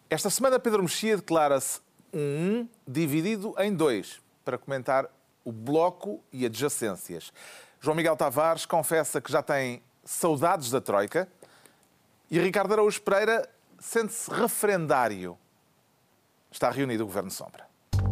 Esta semana, Pedro Mexia declara-se dividido em dois, para comentar o Bloco e adjacências. João Miguel Tavares confessa que já tem saudades da Troika e Ricardo Araújo Pereira sente-se referendário. Está reunido o Governo Sombra.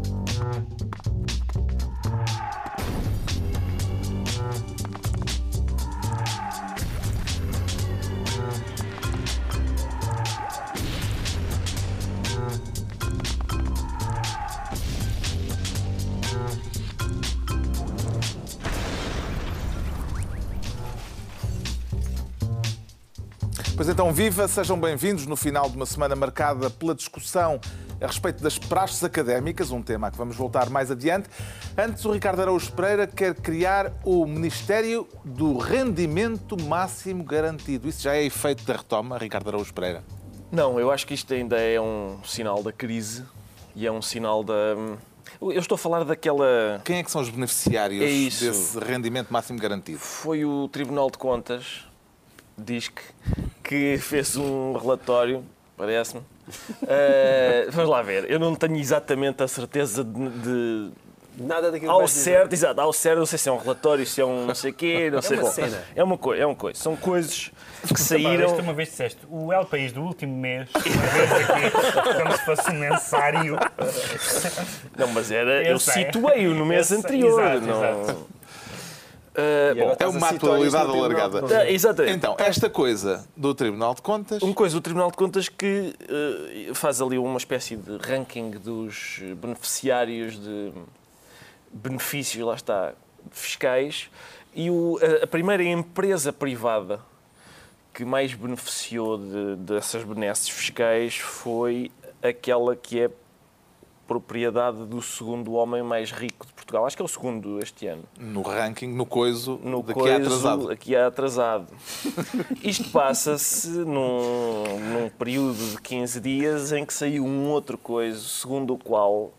Pois então, viva, sejam bem-vindos no final de uma semana marcada pela discussão a respeito das praxes académicas, um tema a que vamos voltar mais adiante. Antes, o Ricardo Araújo Pereira quer criar o Ministério do Rendimento Máximo Garantido. Isso já é efeito da retoma, Ricardo Araújo Pereira? Não, eu acho que isto ainda é um sinal da crise e é um sinal da... Eu estou a falar daquela... Quem é que são os beneficiários desse rendimento máximo garantido? Foi o Tribunal de Contas, diz que fez um relatório, parece-me. Vamos lá ver, eu não tenho exatamente a certeza de nada daquilo ao certo, exato, ao certo, não sei se é um relatório, se é um não sei o quê, não sei. É uma cena. É uma coisa. São coisas que saíram... Uma vez disseste, o El País do último mês, uma vez aqui, como se fosse um mensário. Não, mas era, eu situei-o no mês anterior. Exato, não... exato. Bom, é uma atualidade alargada. Exatamente. Então, esta coisa do Tribunal de Contas... Uma coisa do Tribunal de Contas que faz ali uma espécie de ranking dos beneficiários de benefícios, lá está, fiscais, e a primeira empresa privada que mais beneficiou dessas benesses fiscais foi aquela que é propriedade do segundo homem mais rico de Portugal. Acho que é o segundo este ano. No ranking, no coiso, aqui é atrasado. Isto passa-se num período de 15 dias em que saiu um outro coiso, segundo o qual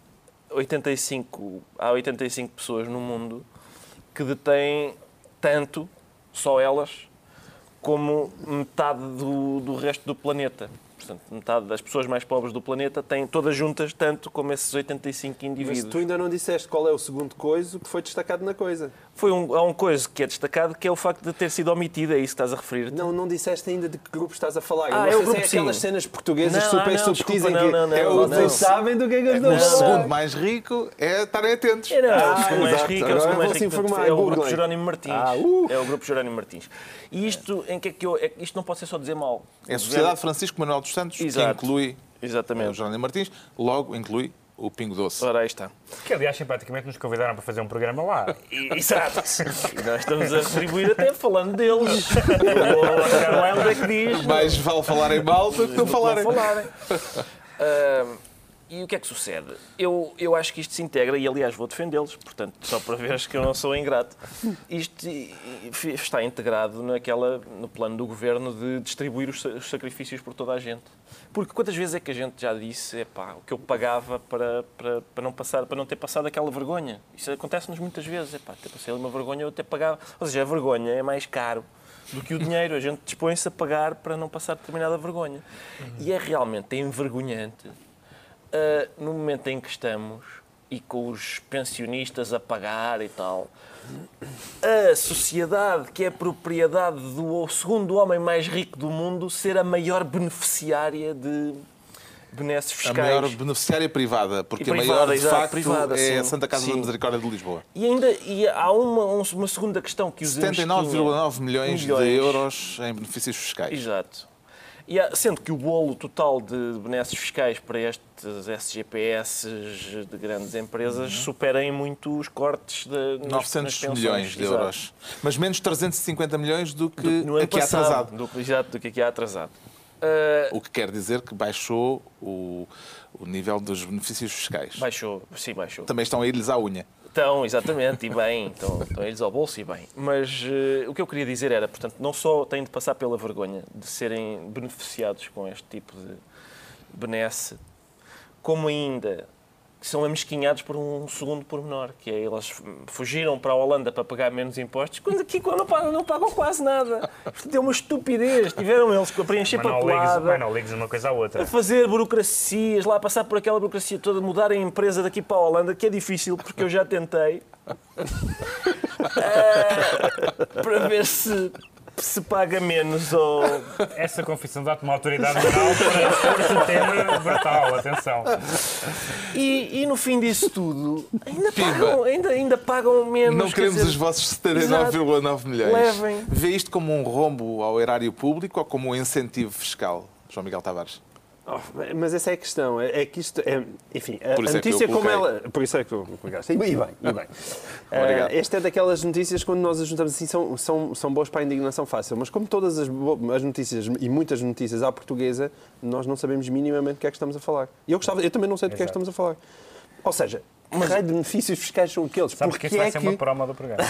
há 85 pessoas no mundo que detêm tanto, só elas, como metade do resto do planeta. Portanto, metade das pessoas mais pobres do planeta têm todas juntas tanto como esses 85 indivíduos. Mas tu ainda não disseste qual é o segundo coiso que foi destacado na coisa. Há um coisa que é destacado, que é o facto de ter sido omitido. É isso que estás a referir-te? Não disseste ainda de que grupo estás a falar. É o não sei grupo se é aquelas cenas portuguesas super subtis em que não. sabem do que é que eu estou a O falar. segundo mais rico é estarem atentos. O segundo mais exato. rico, Agora é o vão-se grupo informar, Jerónimo Martins. É o grupo Jerónimo Martins. E isto, isto não pode ser só dizer mal. É a Sociedade Francisco Manuel dos Santos, Exato. que inclui Exatamente. o Jerónimo Martins, logo inclui o Pingo Doce. Ora, aí está. Que, aliás, simpaticamente nos convidaram para fazer um programa lá. Exato. E nós estamos a retribuir até falando deles. O Wilde é que diz. Mais vale falar em malta do que não falarem. E o que é que sucede? Eu acho que isto se integra, e aliás vou defendê-los, portanto, só para veres que eu não sou ingrato. Isto está integrado no plano do governo de distribuir os sacrifícios por toda a gente. Porque quantas vezes é que a gente já disse o que eu pagava para não ter passado aquela vergonha? Isso acontece-nos muitas vezes. Ter passado uma vergonha, eu até pagava. Ou seja, a vergonha é mais caro do que o dinheiro. A gente dispõe-se a pagar para não passar determinada vergonha. E é realmente envergonhante. No momento em que estamos e com os pensionistas a pagar e tal, a sociedade que é propriedade do segundo homem mais rico do mundo ser a maior beneficiária de benesses fiscais. A maior beneficiária privada, porque a maior, de facto, é a Santa Casa da Misericórdia de Lisboa. E há uma segunda questão que os 79,9 milhões de euros em benefícios fiscais. Exato. Sendo que o bolo total de benesses fiscais para estes SGPS de grandes empresas supera em muito os cortes de 900 milhões de euros. Mas menos 350 milhões do que no ano aqui passado, atrasado. Do que aqui há atrasado. O que quer dizer que baixou o nível dos benefícios fiscais. Baixou. Também estão a ir-lhes à unha. Estão, exatamente, e bem. Estão eles ao bolso e bem. Mas o que eu queria dizer era, portanto, não só têm de passar pela vergonha de serem beneficiados com este tipo de benesse, como ainda que são amesquinhados por um segundo pormenor, que é eles fugiram para a Holanda para pagar menos impostos, quando aqui não pagam quase nada. Portanto, é uma estupidez. Tiveram eles a preencher papelada, Mas não ligues uma coisa à outra. a fazer burocracias, lá a passar por aquela burocracia toda, mudar a empresa daqui para a Holanda, que é difícil, porque eu já tentei, para ver se paga menos ou... Essa confissão dá-te uma autoridade moral para pôr o tema brutal, atenção. E no fim disso tudo, ainda pagam menos. Não queremos quer dizer, os vossos 79,9 milhões. Levem. Vê isto como um rombo ao erário público ou como um incentivo fiscal, João Miguel Tavares? Mas essa é a questão. É que isto é. Enfim, a Por isso é que notícia eu como coloquei. ela. Por isso é que tu colocaste. E bem. Obrigado. Esta é daquelas notícias quando nós as juntamos assim, são boas para a indignação fácil. Mas como todas as notícias e muitas notícias à portuguesa, nós não sabemos minimamente do que é que estamos a falar. E eu também não sei do que é que estamos a falar. Ou seja, que raio de benefícios fiscais são aqueles? Sabes que isso vai ser uma promo do programa.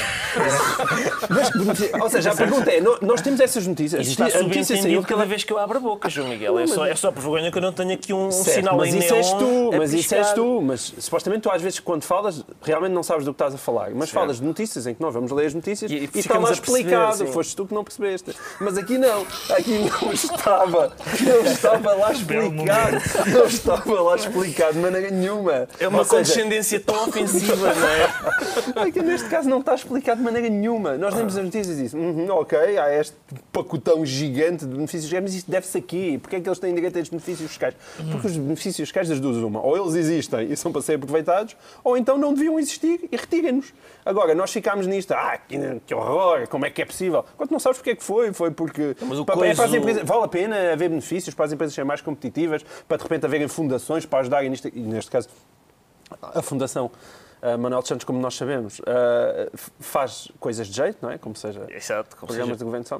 Ou seja, a pergunta é, nós temos essas notícias. Isso está A notícia subentendido saiu cada vez que eu abro a boca, João Miguel. É só por vergonha que eu não tenho aqui um certo, sinal mas em isso és neon tu, a mas isso piscar. és tu. Mas supostamente tu às vezes quando falas realmente não sabes do que estás a falar. Mas Certo. falas de notícias em que nós vamos ler as notícias E e está ficamos lá a perceber, explicado. sim. Foste tu que não percebeste. Mas aqui não. Aqui não estava. Não estava lá explicado. Não estava lá explicado de maneira nenhuma. É uma Ou seja, condescendência tão ofensiva, não é? que neste caso não está explicado de maneira nenhuma. Nós lemos as notícias e dizemos, ok, há este pacotão gigante de benefícios fiscais, mas isto deve-se aqui. Porquê é que eles têm direito a estes benefícios fiscais? Porque os benefícios fiscais das duas uma. Ou eles existem e são para ser aproveitados, ou então não deviam existir e retirem-nos. Agora, nós ficámos nisto, que horror, como é que é possível? Quando não sabes porque é que foi porque Mas o para as empresas, vale a pena haver benefícios para as empresas serem mais competitivas, para de repente haverem fundações para ajudarem nisto, e neste caso a Fundação Manuel Santos, como nós sabemos, faz coisas de jeito, não é? Como seja Exato, como programas seja. de governo.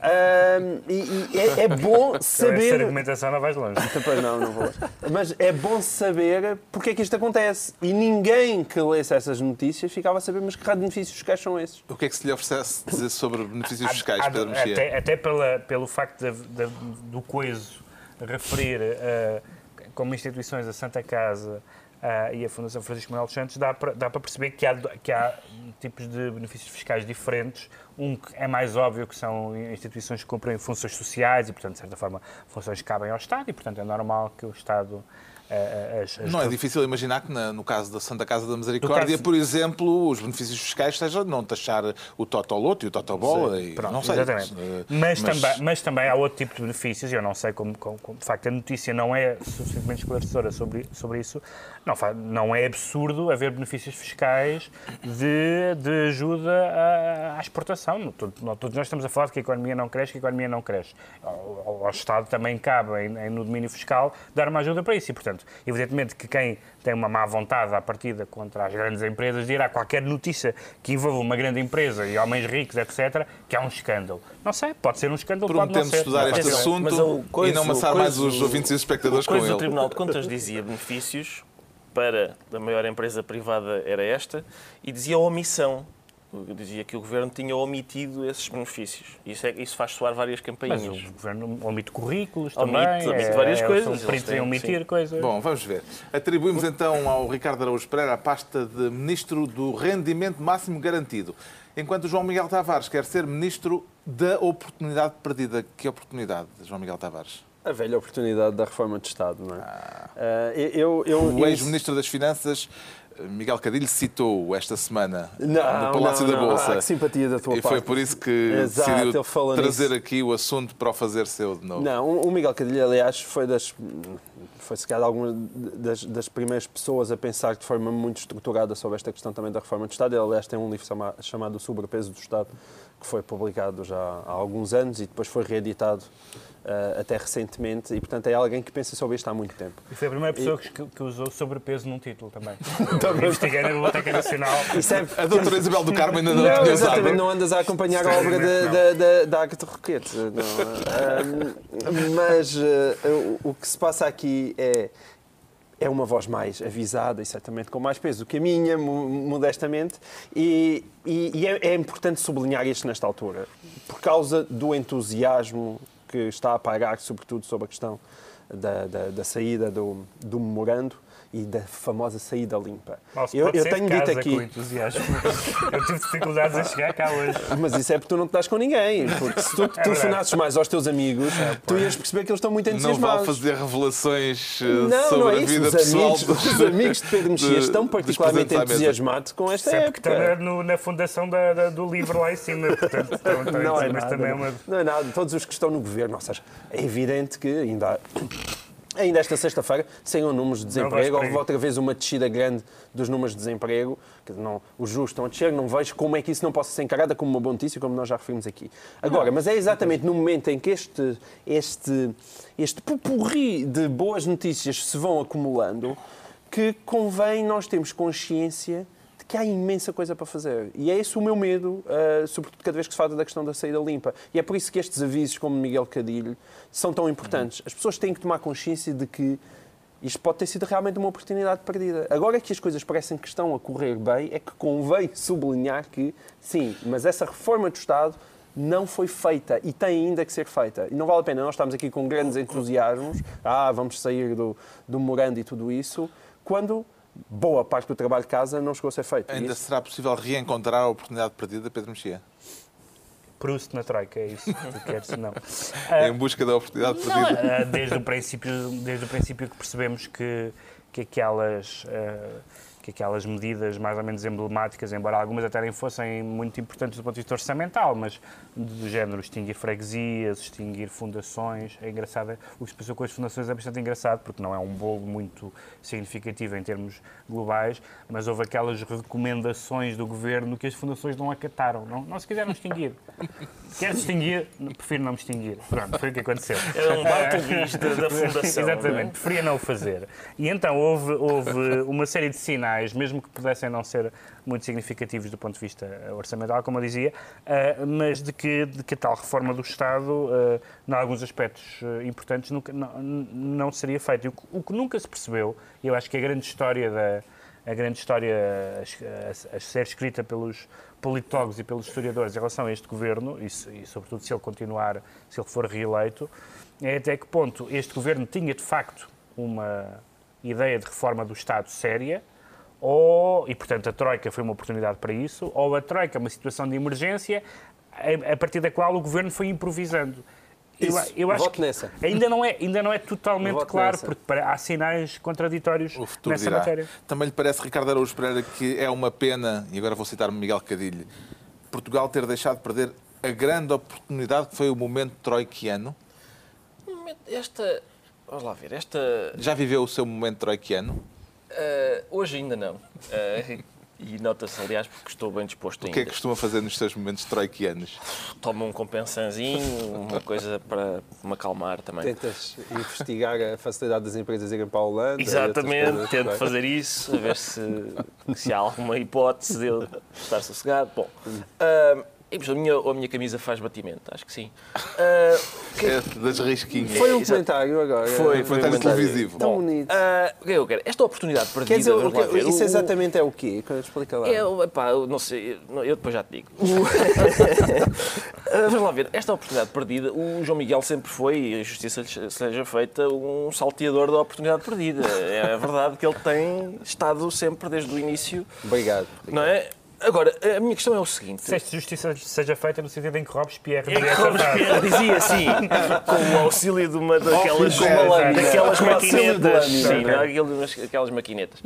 E é bom Essa saber... argumentação não vais longe. Depois não vou. Mas é bom saber porque é que isto acontece. E ninguém que lesse essas notícias ficava a saber, mas que raio de benefícios fiscais são esses? O que é que se lhe oferece dizer sobre benefícios fiscais, Pedro Mexia? Até pelo facto do coiso referir como instituições a Santa Casa e a Fundação Francisco Manuel dos Santos, dá para perceber que há tipos de benefícios fiscais diferentes. Um que é mais óbvio que são instituições que cumprem funções sociais e, portanto, de certa forma, funções que cabem ao Estado e, portanto, é normal que o Estado... Não é difícil imaginar que, no caso da Santa Casa da Misericórdia, caso- por exemplo, os benefícios fiscais sejam não taxar o totoloto e o totobola. E Pronto, não sei. exatamente. Mas também há outro tipo de benefícios, e eu não sei como de facto a notícia não é suficientemente esclarecedora sobre isso. Não é absurdo haver benefícios fiscais de ajuda à exportação. Todos nós estamos a falar de que a economia não cresce, Ao Estado também cabe, no domínio fiscal, dar uma ajuda para isso. E, portanto, evidentemente que quem tem uma má vontade à partida contra as grandes empresas dirá qualquer notícia que envolva uma grande empresa e homens ricos, etc., que é um escândalo. Não sei, pode ser um escândalo, pode não Prometemos ser. estudar este Mas assunto e não amassar mais os ouvintes e os espectadores O com coisa do ele. Tribunal de Contas dizia benefícios para a maior empresa privada era esta e dizia omissão. Dizia que o Governo tinha omitido esses benefícios. Isso faz soar várias Mas campainhas. o Governo omite currículos Omite também. várias coisas, São eles peritos têm, em omitir sim. coisas. Bom, vamos ver. Atribuímos então ao Ricardo Araújo Pereira a pasta de Ministro do Rendimento Máximo Garantido, enquanto o João Miguel Tavares quer ser Ministro da Oportunidade Perdida. Que oportunidade, João Miguel Tavares? A velha oportunidade da reforma de Estado, não é? O ex-Ministro das Finanças, Miguel Cadilho, citou esta semana no Palácio da Bolsa. Que simpatia da tua E parte. foi por isso que Exato, decidiu ele falou trazer nisso. aqui o assunto para o fazer seu de novo. Não, o Miguel Cadilho, aliás, foi se calhar alguma das primeiras pessoas a pensar de forma muito estruturada sobre esta questão também da reforma de Estado. Ele, aliás, tem um livro chamado O Sobrepeso do Estado, que foi publicado já há alguns anos e depois foi reeditado até recentemente, e portanto é alguém que pensa sobre isto há muito tempo. E foi a primeira pessoa que usou sobrepeso num título também. Investiguei na Biblioteca Nacional. A doutora Isabel do Carmo ainda não Não, tinha exatamente, usado. não andas a acompanhar a obra da Agatha Roquette. Mas o que se passa aqui é uma voz mais avisada e certamente com mais peso do que a minha, modestamente, e é importante sublinhar isto nesta altura, por causa do entusiasmo que está a pairar, sobretudo sobre a questão da saída do memorando e da famosa saída limpa. Eu tenho dito aqui. Eu tive dificuldades em chegar cá hoje. Mas isso é porque tu não te das com ninguém. Porque se tu telefonasses mais aos teus amigos, tu ias perceber que eles estão muito entusiasmados. Não vale fazer revelações não sobre é a isso. vida Os pessoal os amigos de Pedro Mexia estão particularmente entusiasmados com esta Sempre época. que estão na fundação do livro lá em cima. Portanto, Não é mas nada. também é uma... Não é nada. Todos os que estão no governo, ou seja, é evidente que ainda esta sexta-feira saíram números de desemprego, houve outra vez uma descida grande dos números de desemprego, que não, os juros estão a descer, não vejo como é que isso não possa ser encarado como uma boa notícia, como nós já referimos aqui. Agora, mas é exatamente no momento em que este pupurri de boas notícias se vão acumulando que convém nós termos consciência de que há imensa coisa para fazer. E é esse o meu medo, sobretudo cada vez que se fala da questão da saída limpa. E é por isso que estes avisos, como Miguel Cadilho, são tão importantes. As pessoas têm que tomar consciência de que isto pode ter sido realmente uma oportunidade perdida. Agora que as coisas parecem que estão a correr bem, é que convém sublinhar que, sim, mas essa reforma do Estado não foi feita e tem ainda que ser feita. E não vale a pena nós estamos aqui com grandes entusiasmos, vamos sair do memorando e tudo isso, quando boa parte do trabalho de casa não chegou a ser feito. Ainda será possível reencontrar a oportunidade perdida, Pedro Mexia? Proust na Troika, é isso que queres, não. Em busca da oportunidade perdida? Desde o princípio que percebemos que aquelas medidas mais ou menos emblemáticas, embora algumas até nem fossem muito importantes do ponto de vista orçamental, mas do género extinguir freguesias, extinguir fundações, é engraçado. O que se passou com as fundações é bastante engraçado, porque não é um bolo muito significativo em termos globais, mas houve aquelas recomendações do governo que as fundações não acataram, não se quiseram extinguir. Queres extinguir? Prefiro não me extinguir. Pronto, foi o que aconteceu. Era um batalhista da fundação. Exatamente, preferia não o fazer. E então houve uma série de sinais, mesmo que pudessem não ser muito significativos do ponto de vista orçamental, como eu dizia, mas de que a tal reforma do Estado, em alguns aspectos importantes, não seria feita. O que nunca se percebeu, e eu acho que a grande história a ser escrita pelos politólogos e pelos historiadores em relação a este governo, e sobretudo se ele for reeleito, é até que ponto este governo tinha de facto uma ideia de reforma do Estado séria, e portanto a Troika foi uma oportunidade para isso, ou a Troika uma situação de emergência a partir da qual o governo foi improvisando. Eu acho que nessa. ainda não é totalmente claro, nessa. porque há sinais contraditórios nessa matéria. Também lhe parece, Ricardo Araújo Pereira, que é uma pena, e agora vou citar Miguel Cadilho, Portugal ter deixado de perder a grande oportunidade que foi o momento troiquiano? Vamos lá ver, Já viveu o seu momento troiquiano? hoje ainda não. E nota-se, aliás, porque estou bem disposto ainda. O que é que costuma fazer nos seus momentos troiquianos? Tomo um compensanzinho, uma coisa para me acalmar também. Tentas investigar a facilidade das empresas irem para a Holanda. Exatamente, tento fazer isso, a ver se há alguma hipótese de eu estar sossegado. Bom, a minha camisa faz batimento, acho que sim. É das risquinhas. Foi um comentário agora. Foi um comentário televisivo. Tão bonito. O que é que eu quero? Esta oportunidade perdida... Quer dizer, vamos lá ver. isso exatamente é o quê? Explica lá. Eu não sei, eu depois já te digo. Vamos lá ver, esta oportunidade perdida, o João Miguel sempre foi, e a justiça lhe seja feita, um salteador da oportunidade perdida. É verdade que ele tem estado sempre desde o início. Obrigado. Não é? Agora, a minha questão é o seguinte... Se esta justiça seja feita no sentido em que Robespierre... Robespierre dizia assim, com o auxílio de uma daquelas maquinetas. Sim, aquelas maquinetas.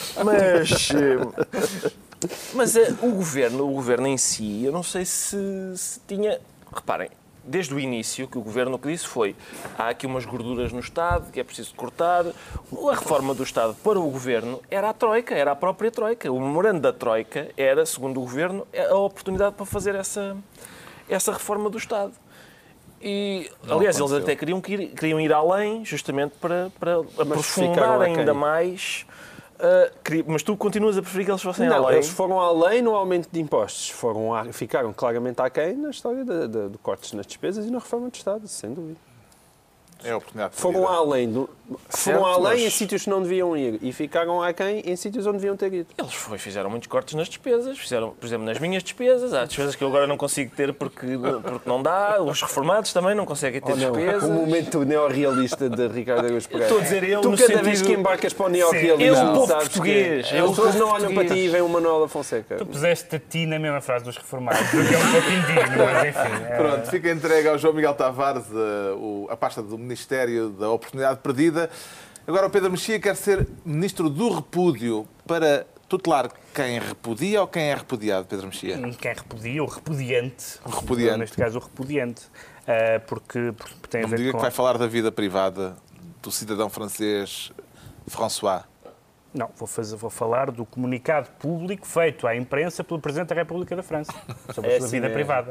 Mas o governo em si, eu não sei se tinha... Reparem, desde o início, que o governo o que disse foi há aqui umas gorduras no Estado que é preciso cortar. A reforma do Estado para o governo era a Troika, era a própria Troika. O memorando da Troika era, segundo o governo, a oportunidade para fazer essa reforma do Estado. E, aliás, eles até queriam ir além, justamente para aprofundar ainda mais... mas tu continuas a preferir que eles fossem além? Não, eles foram além no aumento de impostos. Ficaram claramente aquém na história de cortes nas despesas e na reforma do Estado, sem dúvida. É a oportunidade. Foram além Foram Certo, além em mas- sítios que não deviam ir e ficaram aquém em sítios onde deviam ter ido. Eles fizeram muitos cortes nas despesas, fizeram, por exemplo, nas minhas despesas. Há despesas que eu agora não consigo ter porque não dá. Os reformados também não conseguem ter despesas. O momento neorrealista de Ricardo Araújo Pereira. Estou a dizer eu Tu no cada vez sentido- que embarcas para o neorrealismo, Eu, o povo sabes português, que eu, as o pessoas povo não olham para ti português. e veem o Manuel da Fonseca. Tu puseste a ti na mesma frase dos reformados, o que é um pouco indigno, mas enfim. Pronto, fica entregue ao João Miguel Tavares a pasta do Ministério da Oportunidade Perdida. Agora o Pedro Mexia quer ser Ministro do Repúdio para tutelar quem repudia ou quem é repudiado, Pedro Mexia? Quem repudia, o repudiante. O repudiante. Neste caso, o repudiante. Porque tem a Não me ver diga com... que vai falar da vida privada do cidadão francês François. Não, vou falar do comunicado público feito à imprensa pelo Presidente da República da França sobre a sua vida privada.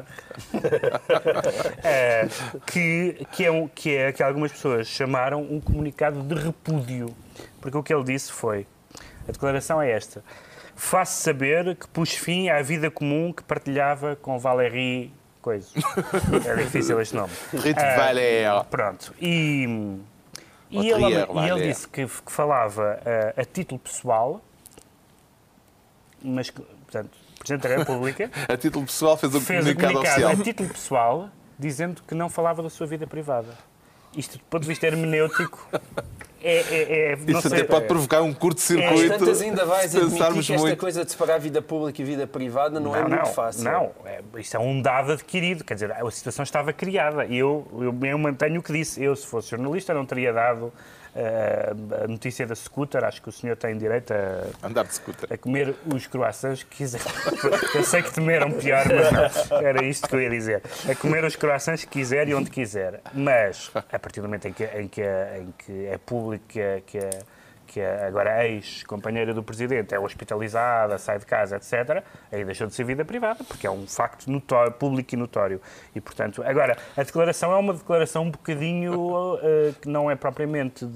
Que algumas pessoas chamaram um comunicado de repúdio. Porque o que ele disse foi, a declaração é esta: faço saber que pus fim à vida comum que partilhava com Valéry Coisa. É difícil este nome. Rite Valéry. Pronto. E Trier, ele disse que falava a título pessoal, mas que, portanto, o Presidente da República A título pessoal fez o fez o comunicado comunicado oficial. a título pessoal, dizendo que não falava da sua vida privada. Isto, do ponto de vista hermenêutico, não Isso sei, até pode provocar um Às curto-circuito. tantas ainda vais se admitir pensarmos que esta muito. coisa de separar vida pública e vida privada não é muito fácil. Não, isso é um dado adquirido, quer dizer, a situação estava criada. Eu mantenho o que disse. Eu, se fosse jornalista, não teria dado a notícia da scooter. Acho que o senhor tem direito Andar de scooter. a comer os croissants que quiser. Eu sei que temeram pior, mas não. Era isto que eu ia dizer. A comer os croissants que quiser e onde quiser. Mas, a partir do momento em que é público que agora a ex-companheira do Presidente é hospitalizada, sai de casa, etc., aí deixou de ser vida privada, porque é um facto notório, público e notório. E, portanto, agora, a declaração é uma declaração um bocadinho que não é propriamente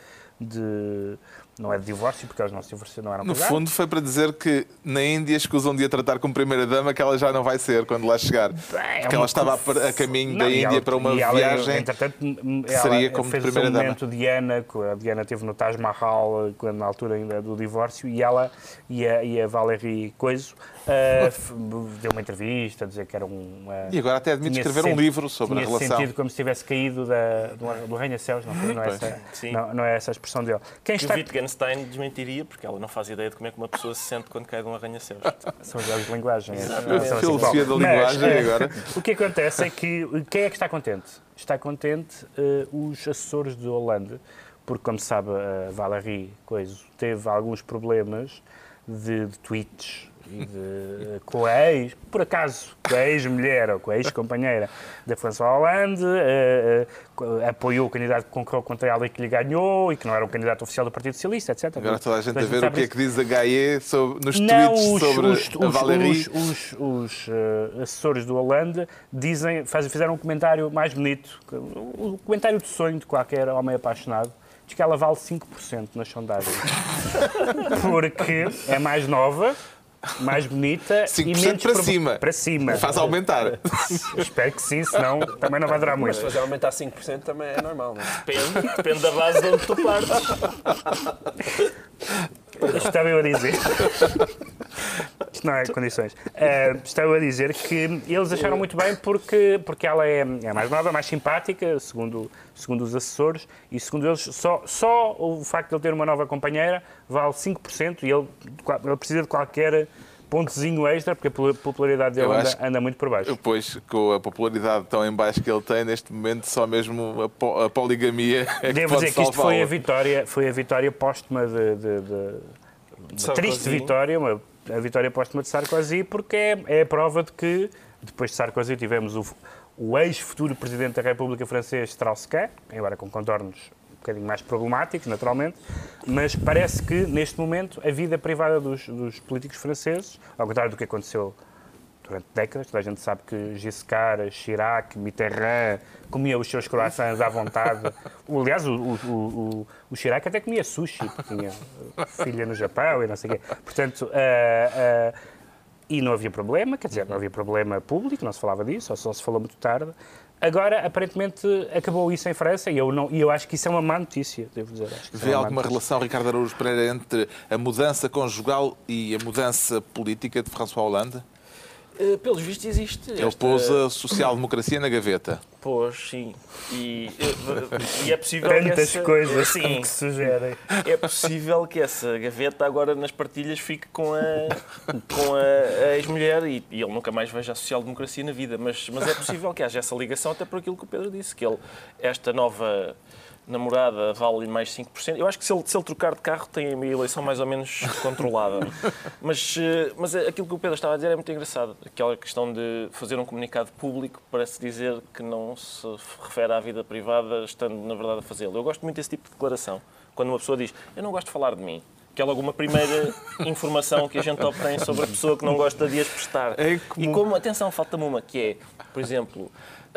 não é de divórcio, porque eles não se divorciaram, No fundo, foi para dizer que na Índia escusam de a tratar como primeira-dama, que ela já não vai ser quando lá chegar. Porque ela estava a caminho da Índia para uma viagem entretanto, que seria como fez primeira-dama. o momento Diana, que a Diana esteve no Taj Mahal, na altura ainda do divórcio, e ela e a Valéry Coiso deu uma entrevista a dizer que era E agora até admite escrever um livro sobre a tinha relação. sentido como se tivesse caído do Arranha-Céus, não é essa a expressão dele. Quem Que está... o Wittgenstein desmentiria, porque ela não faz ideia de como é que uma pessoa se sente quando cai de um arranha-céus. São os jogos de linguagem. A filosofia da linguagem agora. O que acontece é que quem é que está contente? Está contente os assessores de Hollande, porque, como se sabe, a Valéry Coiso teve alguns problemas de tweets com a ex, por acaso, com a ex-mulher ou com a ex-companheira da François Hollande, apoiou o candidato que concorreu contra ela e que lhe ganhou, e que não era um candidato oficial do Partido Socialista, etc. Agora toda a gente a Mas ver o que é que diz a Gaie nos não, tweets sobre a Valéry. os assessores do Hollande fizeram um comentário mais bonito, o comentário de sonho de qualquer homem apaixonado. Diz que ela vale 5% nas sondagens. Porque é mais nova, mais bonita 5% e menos para cima. Para cima. Faz aumentar. Espero que sim, senão também não vai durar Mas muito. fazer aumentar 5% também é normal, não é? Depende da base de onde tu partes. Estava eu a dizer. Isto não é condições. Estava a dizer que eles acharam muito bem porque ela é mais nova, mais simpática, segundo os assessores, e segundo eles, só o facto de ele ter uma nova companheira vale 5% e ele precisa de qualquer pontozinho extra, porque a popularidade dele anda muito por baixo. Pois, com a popularidade tão em baixo que ele tem, neste momento, só mesmo a poligamia é que Devo pode dizer que isto salvá-lo. foi a vitória póstuma uma triste vitória, a vitória póstuma de Sarkozy, porque é a prova de que, depois de Sarkozy, tivemos o ex-futuro Presidente da República Francesa, Strauss-Kahn, embora com contornos um bocadinho mais problemáticos, naturalmente, mas parece que, neste momento, a vida privada dos políticos franceses, ao contrário do que aconteceu durante décadas, toda a gente sabe que Giscard, Chirac, Mitterrand comia os seus croissants à vontade. Aliás, o Chirac até comia sushi, porque tinha filha no Japão e não sei o quê. Portanto, e não havia problema, quer dizer, não havia problema público, não se falava disso, ou só se falou muito tarde. Agora, aparentemente, acabou isso em França e eu acho que isso é uma má notícia, devo dizer. Vê alguma relação, Ricardo Araújo Pereira, entre a mudança conjugal e a mudança política de François Hollande? Pelos vistos existe. Ele pôs a social-democracia na gaveta. Pois, sim. E é possível Tantas que coisas sim, que se sugerem. é possível que essa gaveta agora nas partilhas fique com a ex-mulher e ele nunca mais veja a social-democracia na vida. Mas é possível que haja essa ligação, até por aquilo que o Pedro disse, que esta nova namorada vale mais 5%. Eu acho que se ele trocar de carro tem a eleição mais ou menos controlada. Mas aquilo que o Pedro estava a dizer é muito engraçado. Aquela questão de fazer um comunicado público parece dizer que não se refere à vida privada, estando na verdade a fazê-lo. Eu gosto muito desse tipo de declaração. Quando uma pessoa diz, eu não gosto de falar de mim. Que é logo uma primeira informação que a gente obtém sobre a pessoa que não gosta de as prestar. E como, atenção, falta-me uma, que é, por exemplo,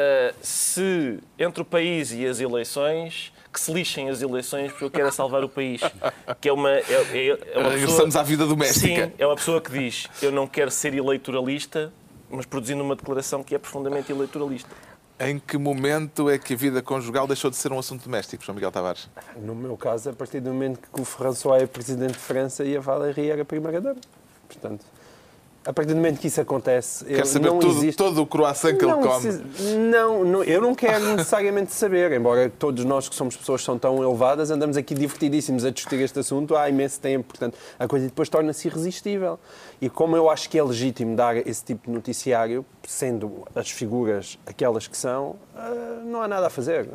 se entre o país e as eleições, que se lixem as eleições porque eu quero salvar o país. Que é uma pessoa... Regressamos à vida doméstica. Sim, é uma pessoa que diz, eu não quero ser eleitoralista, mas produzindo uma declaração que é profundamente eleitoralista. Em que momento é que a vida conjugal deixou de ser um assunto doméstico, João Miguel Tavares? No meu caso, a partir do momento que o François é presidente de França e a Valérie era primeira-dama. Portanto, a partir do momento que isso acontece... Quer saber todo o croissant que ele come? Não, eu não quero necessariamente saber, embora todos nós que somos pessoas que são tão elevadas, andamos aqui divertidíssimos a discutir este assunto há imenso tempo. Portanto, a coisa depois torna-se irresistível. E como eu acho que é legítimo dar esse tipo de noticiário, sendo as figuras aquelas que são, não há nada a fazer.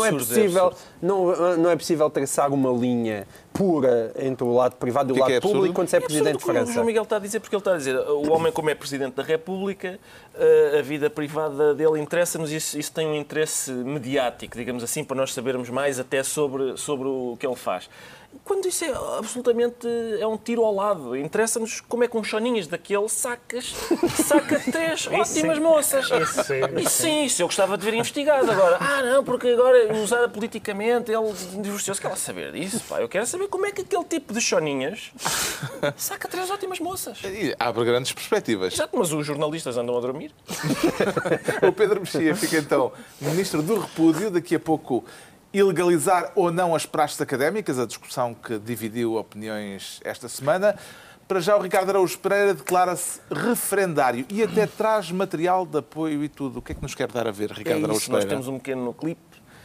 Não é possível traçar uma linha pura entre o lado privado e o lado público quando se é presidente de França. O João Miguel está a dizer, porque ele está a dizer, o homem como é presidente da República, a vida privada dele interessa-nos e isso tem um interesse mediático, digamos assim, para nós sabermos mais até sobre o que ele faz. Quando isso é absolutamente um tiro ao lado. Interessa-nos como é que uns choninhos daquele saca 3 ótimas moças. Isso eu gostava de ver investigado agora. Não, porque agora usar politicamente, ele divorciou-se. Quer lá saber disso, pá. Eu quero saber como é que aquele tipo de choninhas saca 3 ótimas moças. E abre grandes perspectivas. Exato, mas os jornalistas andam a dormir. O Pedro Mexia fica então Ministro do Repúdio. Daqui a pouco... ilegalizar ou não as praxes académicas, a discussão que dividiu opiniões esta semana. Para já, o Ricardo Araújo Pereira declara-se referendário e até traz material de apoio e tudo. O que é que nos quer dar a ver, Ricardo Araújo Pereira? Nós temos um pequeno clipe.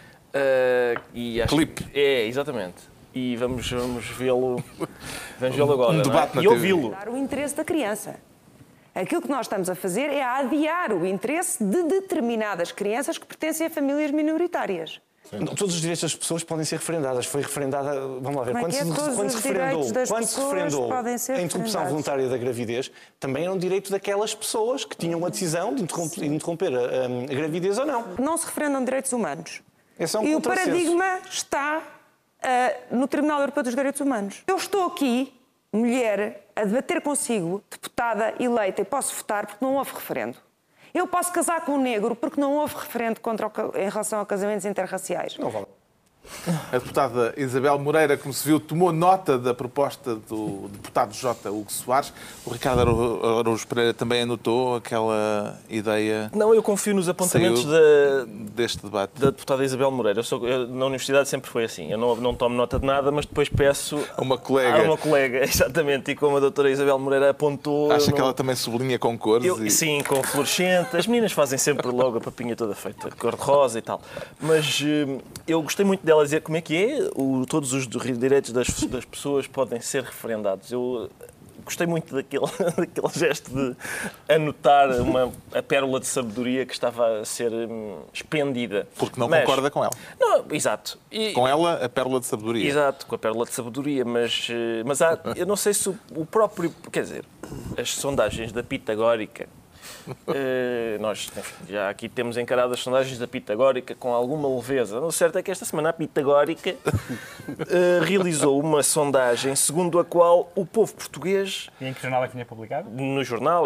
Clipe? Exatamente. E vamos vê-lo agora. Um debate na e ouvi-lo. O interesse da criança. Aquilo que nós estamos a fazer é adiar o interesse de determinadas crianças que pertencem a famílias minoritárias. Não, todos os direitos das pessoas podem ser referendados. Foi referendada, vamos lá ver, Como é que é? quando se referendou a interrupção voluntária da gravidez, também era um direito daquelas pessoas que tinham a decisão de interromper a gravidez ou não. Não se referendam direitos humanos. Esse é um e o contrassenso. paradigma está no Tribunal Europeu dos Direitos Humanos. Eu estou aqui, mulher, a debater consigo, deputada eleita, e posso votar porque não houve referendo. Eu posso casar com um negro porque não houve referendo em relação a casamentos interraciais. Não vale. A deputada Isabel Moreira, como se viu, tomou nota da proposta do deputado J. Hugo Soares. O Ricardo Araújo Pereira também anotou aquela ideia. Não, eu confio nos apontamentos deste debate. Da deputada Isabel Moreira. Na universidade sempre foi assim. Eu não tomo nota de nada, mas depois peço a uma colega. A uma colega, exatamente. E como a doutora Isabel Moreira apontou... Acha que ela também sublinha com cores? Sim, com fluorescente. As meninas fazem sempre logo a papinha toda feita, cor-de-rosa e tal. Mas eu gostei muito dela dizer como é que é. Todos os direitos das pessoas podem ser referendados. Eu gostei muito daquele gesto de anotar a pérola de sabedoria que estava a ser expendida. Porque não concorda com ela. Não, exato. Com ela, a pérola de sabedoria. Exato, com a pérola de sabedoria, mas eu não sei se o próprio... Quer dizer, as sondagens da Pitagórica... nós já aqui temos encarado as sondagens da Pitagórica com alguma leveza. O certo é que esta semana a Pitagórica realizou uma sondagem segundo a qual o povo português... E em que jornal é que tinha publicado? No jornal.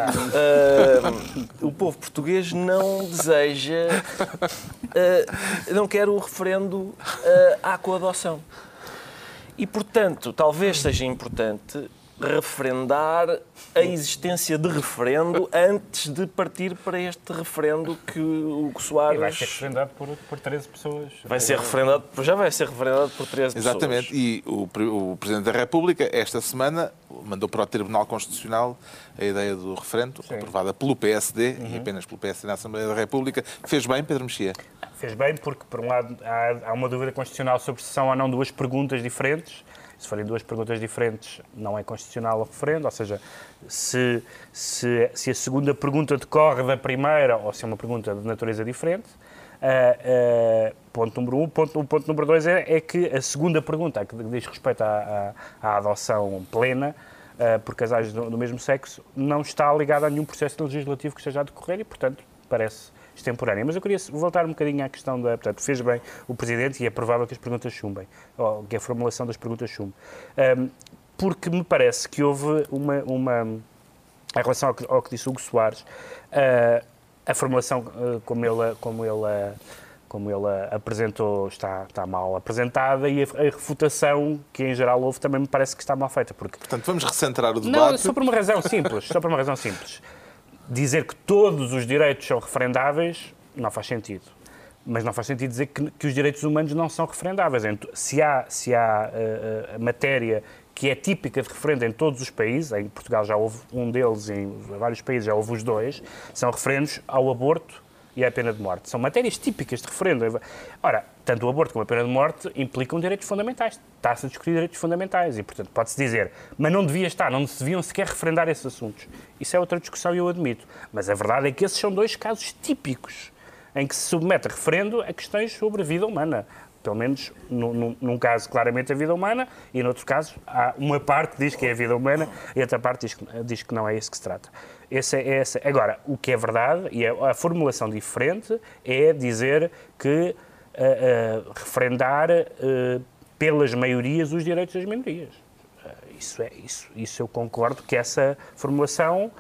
O povo português não deseja... não quer o referendo à coadoção. E, portanto, talvez seja importante referendar a existência de referendo antes de partir para este referendo que o Soares... E vai ser referendado por 13 pessoas. Já vai ser referendado por 13 pessoas. Exatamente. E o Presidente da República, esta semana, mandou para o Tribunal Constitucional a ideia do referendo, aprovada pelo PSD e apenas pelo PSD na Assembleia da República. Fez bem, Pedro Mexia? Fez bem porque, por um lado, há uma dúvida constitucional sobre se são ou não duas perguntas diferentes. Se forem duas perguntas diferentes, não é constitucional o referendo, ou seja, se a segunda pergunta decorre da primeira ou se é uma pergunta de natureza diferente. Ponto número 1. Ponto número 2 é que a segunda pergunta, que diz respeito à adoção plena por casais do mesmo sexo, não está ligada a nenhum processo legislativo que esteja a decorrer e, portanto, parece extemporânea. Mas eu queria voltar um bocadinho à questão da... Portanto, fez bem o Presidente e é provável que as perguntas chumbem, ou que a formulação das perguntas chumbe. Porque me parece que houve em relação ao que disse Hugo Soares, a formulação como ele apresentou está mal apresentada e a refutação que em geral houve também me parece que está mal feita. Portanto, vamos recentrar o debate. Não, só por uma razão simples. Dizer que todos os direitos são referendáveis não faz sentido. Mas não faz sentido dizer que os direitos humanos não são referendáveis. Se há matéria que é típica de referendo em todos os países, em Portugal já houve um deles, em vários países já houve os dois, são referendos ao aborto e à pena de morte. São matérias típicas de referendo. Ora, tanto o aborto como a pena de morte implicam direitos fundamentais. Está-se a discutir direitos fundamentais e, portanto, pode-se dizer, mas não devia estar, não se deviam sequer referendar esses assuntos. Isso é outra discussão e eu admito. Mas a verdade é que esses são dois casos típicos em que se submete a referendo a questões sobre a vida humana. Pelo menos num caso, claramente, a vida humana, e noutro caso, há uma parte que diz que é a vida humana e outra parte diz que não é isso que se trata. Agora, o que é verdade, e a formulação diferente, é dizer que referendar pelas maiorias os direitos das minorias. Isso eu concordo que essa formulação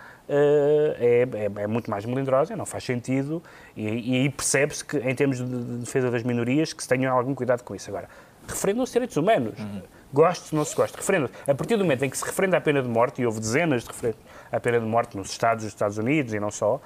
é muito mais melindrosa, não faz sentido, e aí percebe-se que, em termos de defesa das minorias, que se tenham algum cuidado com isso. Agora, referendam-se direitos humanos. Goste, não se goste. Referendo. A partir do momento em que se referenda a pena de morte, e houve dezenas de referendos à pena de morte nos Estados Unidos e não só,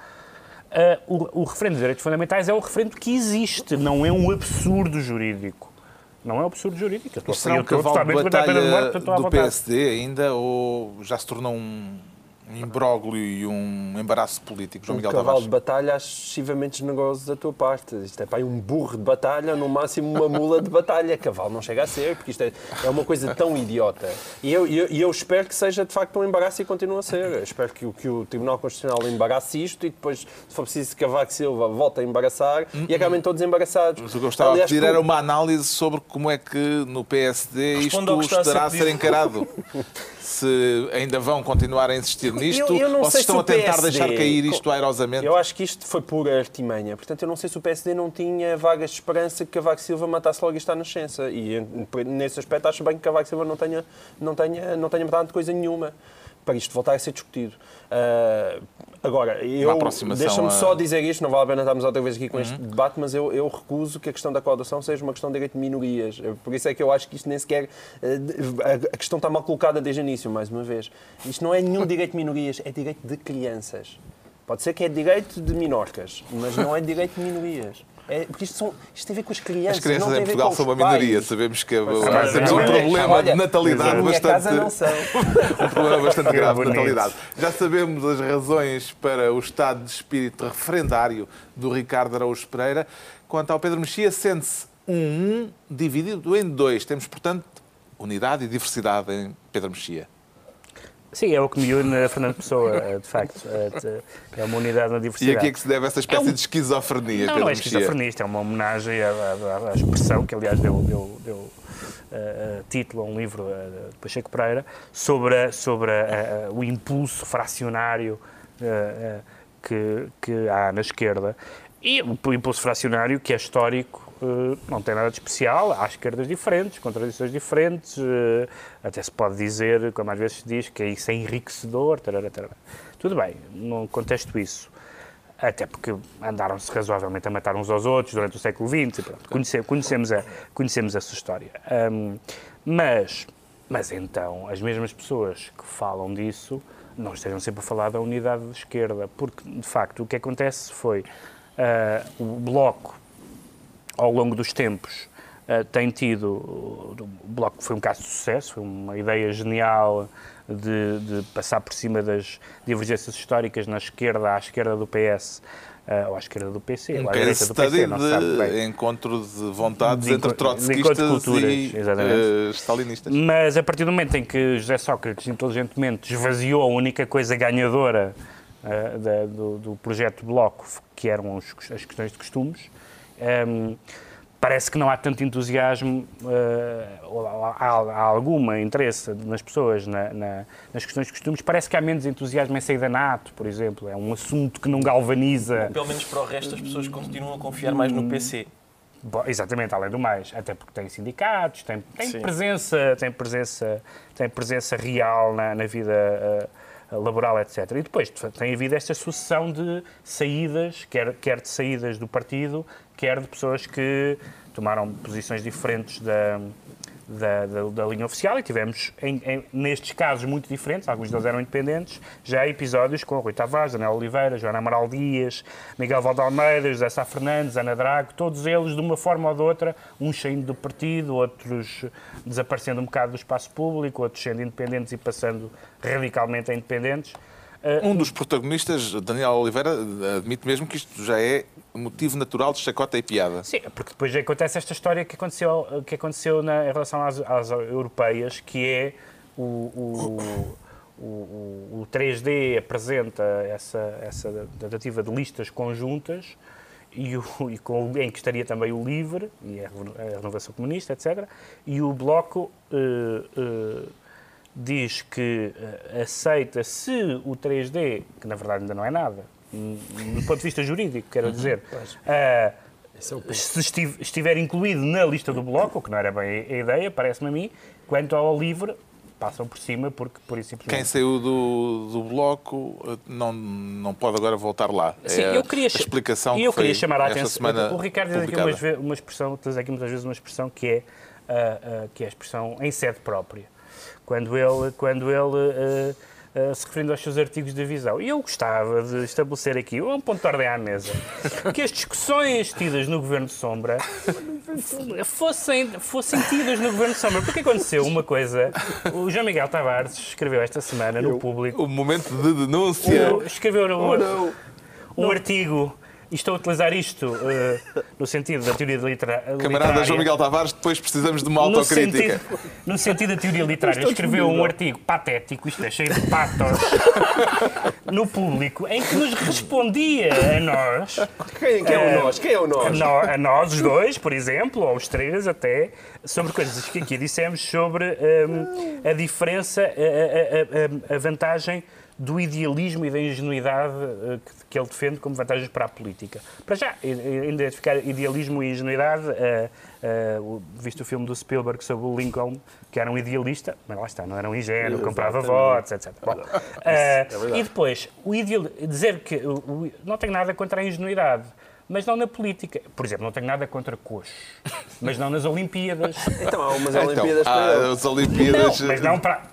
o referendo dos direitos fundamentais é um referendo que existe, não é um absurdo jurídico. Não é um absurdo jurídico. Isto será um cavalo de batalha do PSD ainda, ou já se tornou um imbróglio e um embaraço político, João Miguel Tavares? Um cavalo de batalha excessivamente generoso da tua parte. Isto é um burro de batalha, no máximo uma mula de batalha. Cavalo não chega a ser, porque isto é uma coisa tão idiota. E eu espero que seja, de facto, um embaraço e continue a ser. Eu espero que o Tribunal Constitucional embarace isto e depois, se for preciso, Cavaco Silva volta a embaraçar e acabem todos embaraçados. Mas o que eu gostava de pedir era uma análise sobre como é que no PSD isto estará a ser encarado. Se ainda vão continuar a insistir nisto, ou se estão a tentar deixar cair isto airosamente? Eu acho que isto foi pura artimanha. Portanto, eu não sei se o PSD não tinha vagas de esperança que Cavaco Silva matasse logo isto à nascença. E, nesse aspecto, acho bem que Cavaco Silva não tenha matado coisa nenhuma para isto voltar a ser discutido. Agora, deixa-me só dizer isto, não vale a pena estarmos outra vez aqui com este debate, mas eu recuso que a questão da coadução seja uma questão de direito de minorias. Por isso é que eu acho que isto nem sequer... A questão está mal colocada desde o início, mais uma vez. Isto não é nenhum direito de minorias, é direito de crianças. Pode ser que é direito de minorcas, mas não é direito de minorias. Porque isto tem a ver com as crianças. As crianças não em Portugal são uma minoria. Sabemos que temos um problema de natalidade um problema bastante grave de natalidade. Já sabemos as razões para o estado de espírito referendário do Ricardo Araújo Pereira. Quanto ao Pedro Mexia, sente-se dividido em dois. Temos, portanto, unidade e diversidade em Pedro Mexia. Sim, é o que me une a Fernando Pessoa, de facto. É uma unidade na diversidade. E a que é que se deve essa espécie de esquizofrenia? Não é esquizofrenia, isto é uma homenagem à expressão, que aliás deu título a um livro de Pacheco Pereira, sobre o impulso fracionário que há na esquerda. E o impulso fracionário, que é histórico, não tem nada de especial, há esquerdas diferentes, contradições diferentes, até se pode dizer, como às vezes se diz, que isso é enriquecedor, tarará. Tudo bem, não contesto isso, até porque andaram-se razoavelmente a matar uns aos outros durante o século XX, conhecemos essa história. Mas Mas então, as mesmas pessoas que falam disso não estejam sempre a falar da unidade de esquerda, porque, de facto, o que acontece foi o Bloco, ao longo dos tempos, tem tido... O Bloco foi um caso de sucesso, foi uma ideia genial de passar por cima das divergências históricas à esquerda do PS, ou à esquerda do PC, ou à direita do PC, não se sabe bem. Encontro de vontades entre trotskistas e stalinistas. Mas a partir do momento em que José Sócrates inteligentemente esvaziou a única coisa ganhadora do projeto Bloco, que eram as questões de costumes, parece que não há tanto entusiasmo, há algum interesse nas pessoas nas questões de costumes. Parece que há menos entusiasmo em sair da NATO, por exemplo. É um assunto que não galvaniza. Pelo menos para o resto, as pessoas continuam a confiar mais no PC. Bom, exatamente, além do mais. Até porque tem sindicatos, tem presença real na vida laboral, etc. E depois tem havido esta sucessão de saídas, quer de saídas do partido, quer de pessoas que tomaram posições diferentes da linha oficial, e tivemos, nestes casos muito diferentes, alguns deles eram independentes, já episódios com Rui Tavares, Daniel Oliveira, Joana Amaral Dias, Miguel Valdealmeida, José Sá Fernandes, Ana Drago, todos eles, de uma forma ou de outra, uns saindo do partido, outros desaparecendo um bocado do espaço público, outros sendo independentes e passando radicalmente a independendentes. Um dos protagonistas, Daniel Oliveira, admite mesmo que isto já é motivo natural de chacota e piada. Sim, porque depois acontece esta história que aconteceu em relação às europeias, que é o 3D apresenta essa tentativa de listas conjuntas em que estaria também o LIVRE e a Renovação Comunista, etc. E o Bloco diz que aceita se o 3D, que na verdade ainda não é nada, do ponto de vista jurídico, quero dizer, se estiver incluído na lista do Bloco, o que não era bem a ideia, parece-me a mim, quanto ao LIVRE, passam por cima, porque por isso simplesmente... Quem saiu do Bloco não pode agora voltar lá. Sim, a explicação que foi chamar a atenção. Semana o Ricardo diz aqui uma expressão, muitas vezes uma expressão que é a expressão em sede própria. Quando ele se referindo aos seus artigos da Visão. E eu gostava de estabelecer aqui um ponto de ordem à mesa, que as discussões tidas no Governo de Sombra fossem tidas no Governo de Sombra. Porque aconteceu uma coisa, o João Miguel Tavares escreveu esta semana no Público... O momento de denúncia... Escreveu um artigo... E estou a utilizar isto no sentido da teoria literária. Camarada João Miguel Tavares, depois precisamos de uma autocrítica. No sentido da teoria literária, escreveu um artigo patético, isto é, cheio de patos, no Público, em que nos respondia a nós... Quem é o nós? Quem é o nós? A nós, os dois, por exemplo, ou os três até, sobre coisas que aqui dissemos sobre a diferença, a vantagem do idealismo e da ingenuidade que ele defende como vantagens para a política. Para já, identificar idealismo e ingenuidade, visto o filme do Spielberg sobre o Lincoln, que era um idealista, mas lá está, não era um ingênuo, comprava votos, etc. Bom, e depois, dizer que não tenho nada contra a ingenuidade, mas não na política. Por exemplo, não tenho nada contra coxos, mas não nas Olimpíadas. Então há umas Olimpíadas para as Olimpíadas... Não, mas não para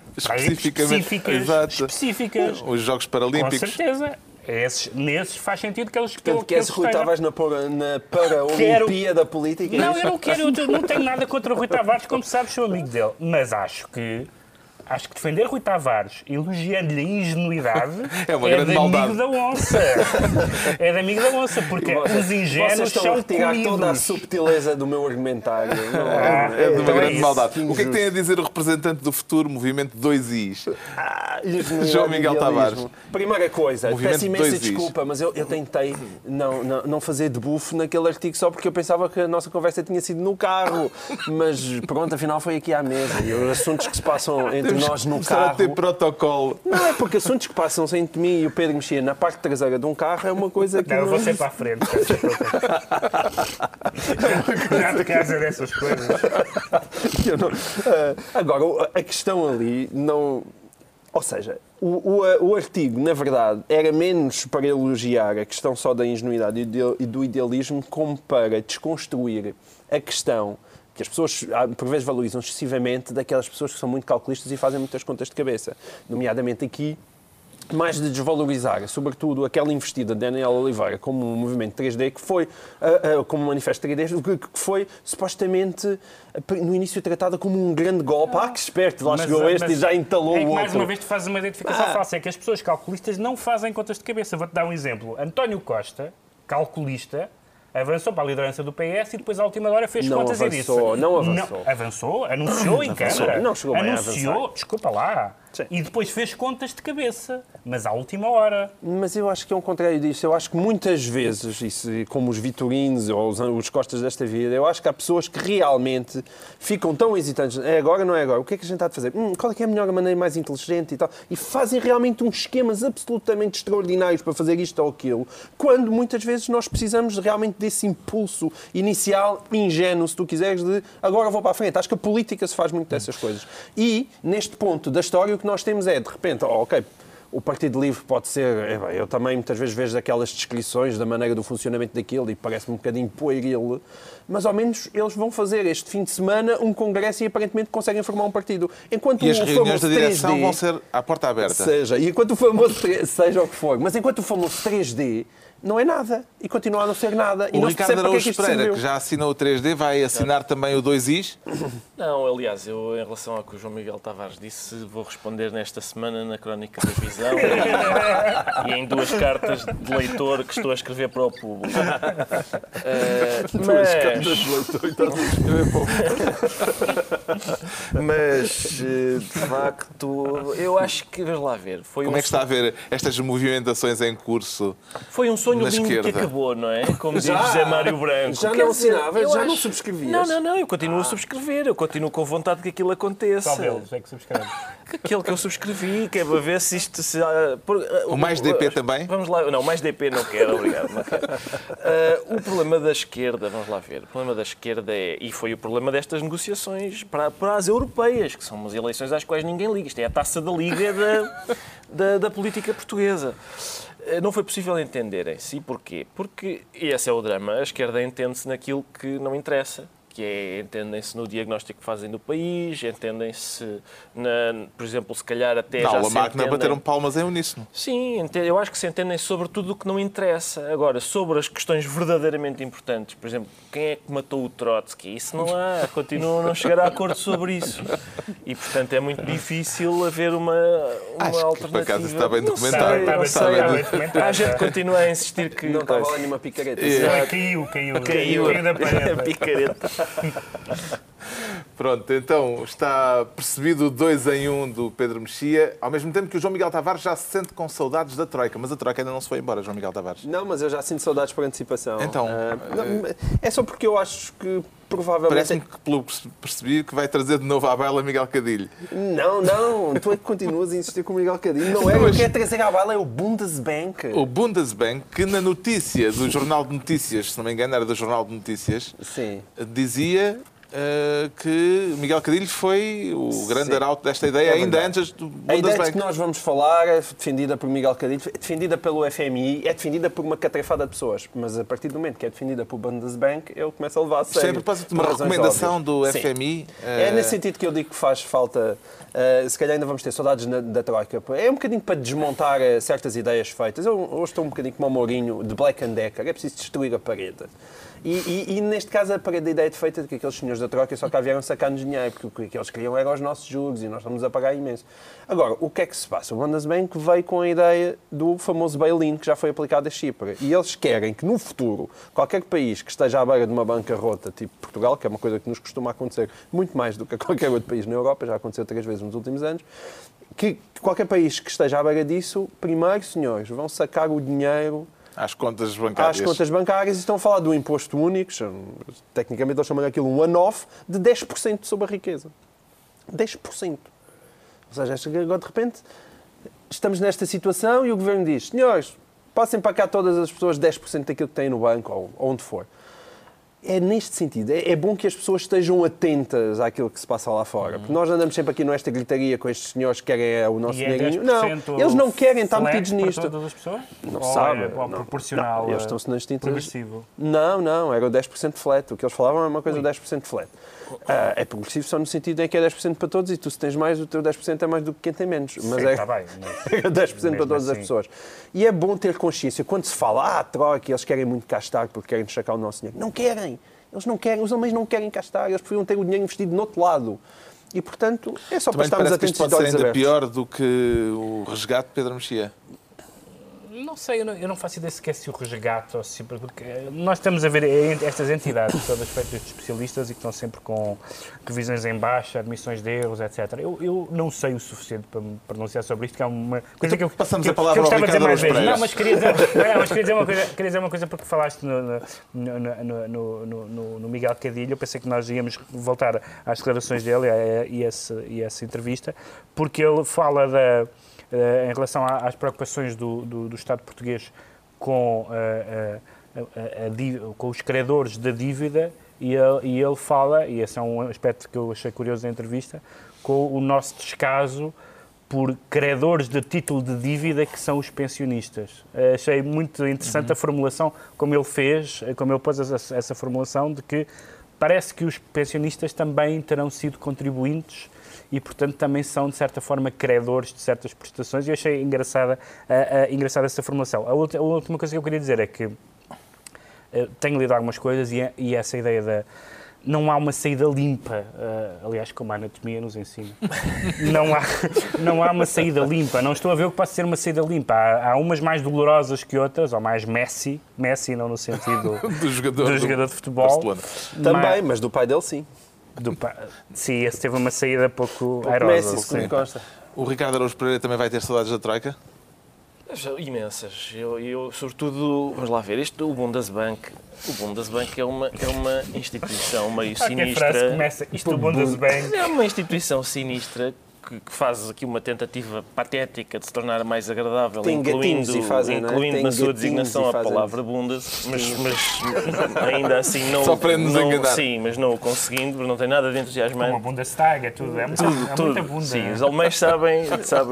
específicas. Os Jogos Paralímpicos. Com certeza. Nesses faz sentido que eles... Portanto, queres Rui Tavares na Para-Olimpíada Política? Não, eu não quero. Eu não tenho nada contra o Rui Tavares, como sabes, sou amigo dele. Mas acho que defender Rui Tavares, elogiando-lhe a ingenuidade, é de amigo da onça. É de amigo da onça, porque os ingênuos estão a retirar toda a subtileza do meu argumentário. É de uma grande maldade. O que é que tem a dizer o representante do futuro movimento 2Is? João Miguel Tavares. Primeira coisa, peço imensa desculpa, mas eu tentei não fazer debuff naquele artigo só porque eu pensava que a nossa conversa tinha sido no carro. Mas pronto, afinal foi aqui à mesa. E os assuntos que se passam entre nós no carro... ter protocolo. Não, é porque assuntos que passam-se entre mim e o Pedro Mexia na parte traseira de um carro é uma coisa que... Não, eu vou sempre à frente. Já te queres dizer essas coisas. Agora, a questão ali não... Ou seja, o artigo, na verdade, era menos para elogiar a questão só da ingenuidade e do idealismo como para desconstruir a questão que as pessoas, por vezes, valorizam excessivamente daquelas pessoas que são muito calculistas e fazem muitas contas de cabeça. Nomeadamente aqui, mais de desvalorizar, sobretudo aquela investida de Daniel Oliveira como um movimento 3D, que foi, como um manifesto 3D, que foi supostamente no início tratada como um grande golpe. Que esperto, lá chegou este e já entalou o outro. Mais uma vez tu fazes uma identificação falsa, é que as pessoas calculistas não fazem contas de cabeça. Vou-te dar um exemplo. António Costa, calculista, avançou para a liderança do PS e depois, à última hora, fez contas e disse... Não avançou. Avançou? Anunciou em Câmara. Não chegou bem a avançar. Desculpa lá. Sim. E depois fez contas de cabeça, mas à última hora. Mas eu acho que é um contrário disso. Eu acho que muitas vezes, isso, como os Vitorinos ou os Costas desta vida, eu acho que há pessoas que realmente ficam tão hesitantes. É agora, não é agora? O que é que a gente está a fazer? Qual é que é a melhor maneira mais inteligente e tal? E fazem realmente uns esquemas absolutamente extraordinários para fazer isto ou aquilo, quando muitas vezes nós precisamos realmente desse impulso inicial, ingênuo, se tu quiseres, de agora vou para a frente. Acho que a política se faz muito dessas coisas. E, neste ponto da história, o que nós temos é, de repente, ok, o Partido Livre pode ser... eu também muitas vezes vejo aquelas descrições da maneira do funcionamento daquilo e parece-me um bocadinho pueril, mas ao menos eles vão fazer este fim de semana um congresso e aparentemente conseguem formar um partido. Enquanto e as reuniões da direção vão ser à porta aberta. E enquanto o famoso... seja o que for, mas enquanto o famoso 3D... não é nada. E continua a não ser nada. O Ricardo Araújo Pereira, que já assinou o 3D, vai assinar também o 2Is? Não, aliás, eu, em relação ao que o João Miguel Tavares disse, vou responder nesta semana na Crónica da Visão e em 2 cartas de leitor que estou a escrever para o público. Duas cartas de leitor e estás a escrever para o público. Mas, de facto, eu acho que, vamos lá ver. Como é que está a ver estas movimentações em curso? Foi um sonho lindo que acabou, não é? Como diz José Mário Branco. Já não assinavas, já não subscrevias. Não, eu continuo a subscrever. Eu continuo com vontade que aquilo aconteça. Qual deles é que subscreve? Aquele que eu subscrevi, que é para ver se isto... O mais DP também? Vamos lá. Não, mais DP não quero, obrigado. Não quero. O problema da esquerda, vamos lá ver. O problema da esquerda é, e foi o problema destas negociações para as europeias, que são umas eleições às quais ninguém liga. Isto é a taça da liga da política portuguesa. Não foi possível entenderem-se. Porquê? Porque, e esse é o drama, a esquerda entende-se naquilo que não interessa, que é, entendem-se no diagnóstico que fazem do país, entendem-se, por exemplo, se calhar até já se máquina bateram palmas em uníssono. Sim, eu acho que se entendem sobre tudo o que não interessa. Agora, sobre as questões verdadeiramente importantes, por exemplo, quem é que matou o Trotsky? Isso não há, continuam a não chegar a acordo sobre isso. E, portanto, é muito difícil haver uma alternativa. Que, por acaso, está bem documentado. A gente continua a insistir que... Não estava lá nenhuma picareta. Caiu da parede. Picareta. Pronto, então está percebido o 2 em 1 do Pedro Mexia, ao mesmo tempo que o João Miguel Tavares já se sente com saudades da Troika, mas a Troika ainda não se foi embora, João Miguel Tavares. Não, mas eu já sinto saudades por antecipação. Então... é só porque eu acho que provavelmente... Parece-me que, pelo percebi, que vai trazer de novo à baila Miguel Cadilho. Não, tu é que continuas a insistir com o Miguel Cadilho. Não é, o que é trazer à baila é o Bundesbank. O Bundesbank, que na notícia do Jornal de Notícias, se não me engano era do Jornal de Notícias, sim, dizia... que Miguel Cadilho foi o grande arauto desta ideia, ainda antes do Bundesbank. A ideia de que nós vamos falar é defendida por Miguel Cadilho, é defendida pelo FMI, é defendida por uma catrefada de pessoas, mas a partir do momento que é defendida por Bundesbank, ele começa a levar a sério. Isto é a propósito de uma recomendação do FMI? É nesse sentido que eu digo que faz falta, se calhar ainda vamos ter saudades da Troika. É um bocadinho para desmontar certas ideias feitas. Eu hoje estou um bocadinho como o Mourinho, de Black and Decker, é preciso destruir a parede. E neste caso a parede da ideia de feita de que aqueles senhores da Troika só cá vieram sacar-nos dinheiro, porque o que eles queriam eram os nossos juros e nós estamos a pagar imenso. Agora, o que é que se passa? O Bundesbank veio com a ideia do famoso bail-in que já foi aplicado a Chipre. E eles querem que no futuro, qualquer país que esteja à beira de uma bancarrota, tipo Portugal, que é uma coisa que nos costuma acontecer muito mais do que a qualquer outro país na Europa, já aconteceu 3 vezes nos últimos anos, que qualquer país que esteja à beira disso, primeiro, senhores, vão sacar o dinheiro às contas bancárias. Às contas bancárias, e estão a falar do imposto único, tecnicamente eles chamam aquilo um one-off, de 10% sobre a riqueza. 10%. Ou seja, agora de repente estamos nesta situação e o Governo diz, senhores, passem para cá todas as pessoas 10% daquilo que têm no banco ou onde for. é neste sentido. É bom que as pessoas estejam atentas àquilo que se passa lá fora. Porque nós andamos sempre aqui nesta gritaria com estes senhores que querem o nosso dinheirinho. Não, eles não querem estar metidos nisto. Todas as pessoas? Não sabem. Ou proporcional, eles estão-se nas tintas. progressivo? Não, era o 10% flat. O que eles falavam é uma coisa 10% flat. É progressivo só no sentido em que é 10% para todos e tu, se tens mais, o teu 10% é mais do que quem tem menos. Mas Está bem. É 10% para todas as pessoas. E é bom ter consciência. Quando se fala, troca, eles querem muito cá estar porque querem destacar o nosso dinheiro. Não querem. Eles não querem. Os homens não querem cá estar. Eles preferiam ter o dinheiro investido no outro lado. E, portanto, é só para estarmos atentos e de olhos abertos. Também parece que isto pode ser ainda pior do que o resgate de Pedro Mexia. Não sei, eu não faço ideia sequer se o resgate ou se... Porque nós estamos a ver estas entidades todas feitas de especialistas e que estão sempre com revisões em baixa, admissões de erros, etc. Eu não sei o suficiente para me pronunciar sobre isto, que é uma coisa que eu... Passamos a palavra ao Ricardo Araújo Pereira. Não, mas queria dizer uma coisa porque falaste no Miguel Cadilho. Eu pensei que nós íamos voltar às declarações dele e essa entrevista, porque ele fala em relação às preocupações do Estado português com os credores da dívida e ele fala, e esse é um aspecto que eu achei curioso da entrevista, com o nosso descaso por credores de título de dívida que são os pensionistas. Achei muito interessante a formulação, como ele pôs essa formulação de que parece que os pensionistas também terão sido contribuintes e, portanto, também são, de certa forma, credores de certas prestações. E eu achei engraçada essa formulação. A última coisa que eu queria dizer é que tenho lido algumas coisas e essa ideia não há uma saída limpa, aliás, como a anatomia nos ensina. Não há uma saída limpa. Não estou a ver o que pode ser uma saída limpa. Há umas mais dolorosas que outras, ou mais Messi não no sentido do jogador de futebol. Também, mas do pai dele, sim. Sim, esse teve uma saída pouco airosa. Messi, consta. O Ricardo Araújo Pereira também vai ter saudades da Troika? Imensas. Eu sobretudo, vamos lá ver, o Bundesbank é uma instituição meio sinistra. A frase começa, o Bundesbank. É uma instituição sinistra que faz aqui uma tentativa patética de se tornar mais agradável, incluindo na sua designação a palavra Bundes, mas ainda assim não... Só para nos enganar. Sim, mas não o conseguindo, porque não tem nada de entusiasmante. Como a Bundestag, é tudo, muita bunda. Sim, os alemães sabem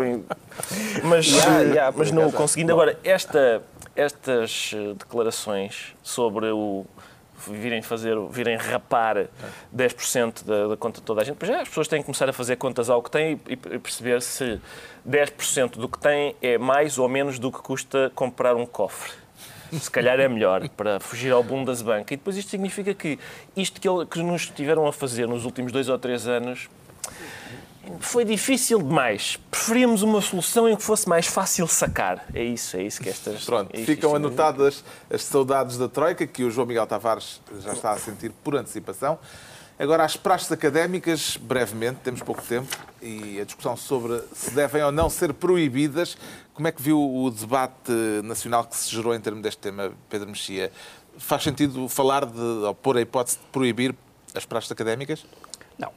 mas não o conseguindo. Agora, estas declarações sobre virem rapar 10% da conta de toda a gente, já as pessoas têm que começar a fazer contas ao que têm e perceber se 10% do que têm é mais ou menos do que custa comprar um cofre. Se calhar é melhor para fugir ao Bundesbank. E depois isto significa que isto que nos tiveram a fazer nos últimos 2 ou 3 anos foi difícil demais. Preferíamos uma solução em que fosse mais fácil sacar. É isso que estas... Pronto, ficam anotadas as saudades da Troika, que o João Miguel Tavares já está a sentir por antecipação. Agora, as praxes académicas, brevemente, temos pouco tempo, e a discussão sobre se devem ou não ser proibidas. Como é que viu o debate nacional que se gerou em torno deste tema, Pedro Mexia? Faz sentido falar ou pôr a hipótese de proibir as praxes académicas? Não,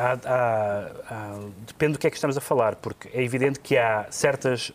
depende do que é que estamos a falar, porque é evidente que há certos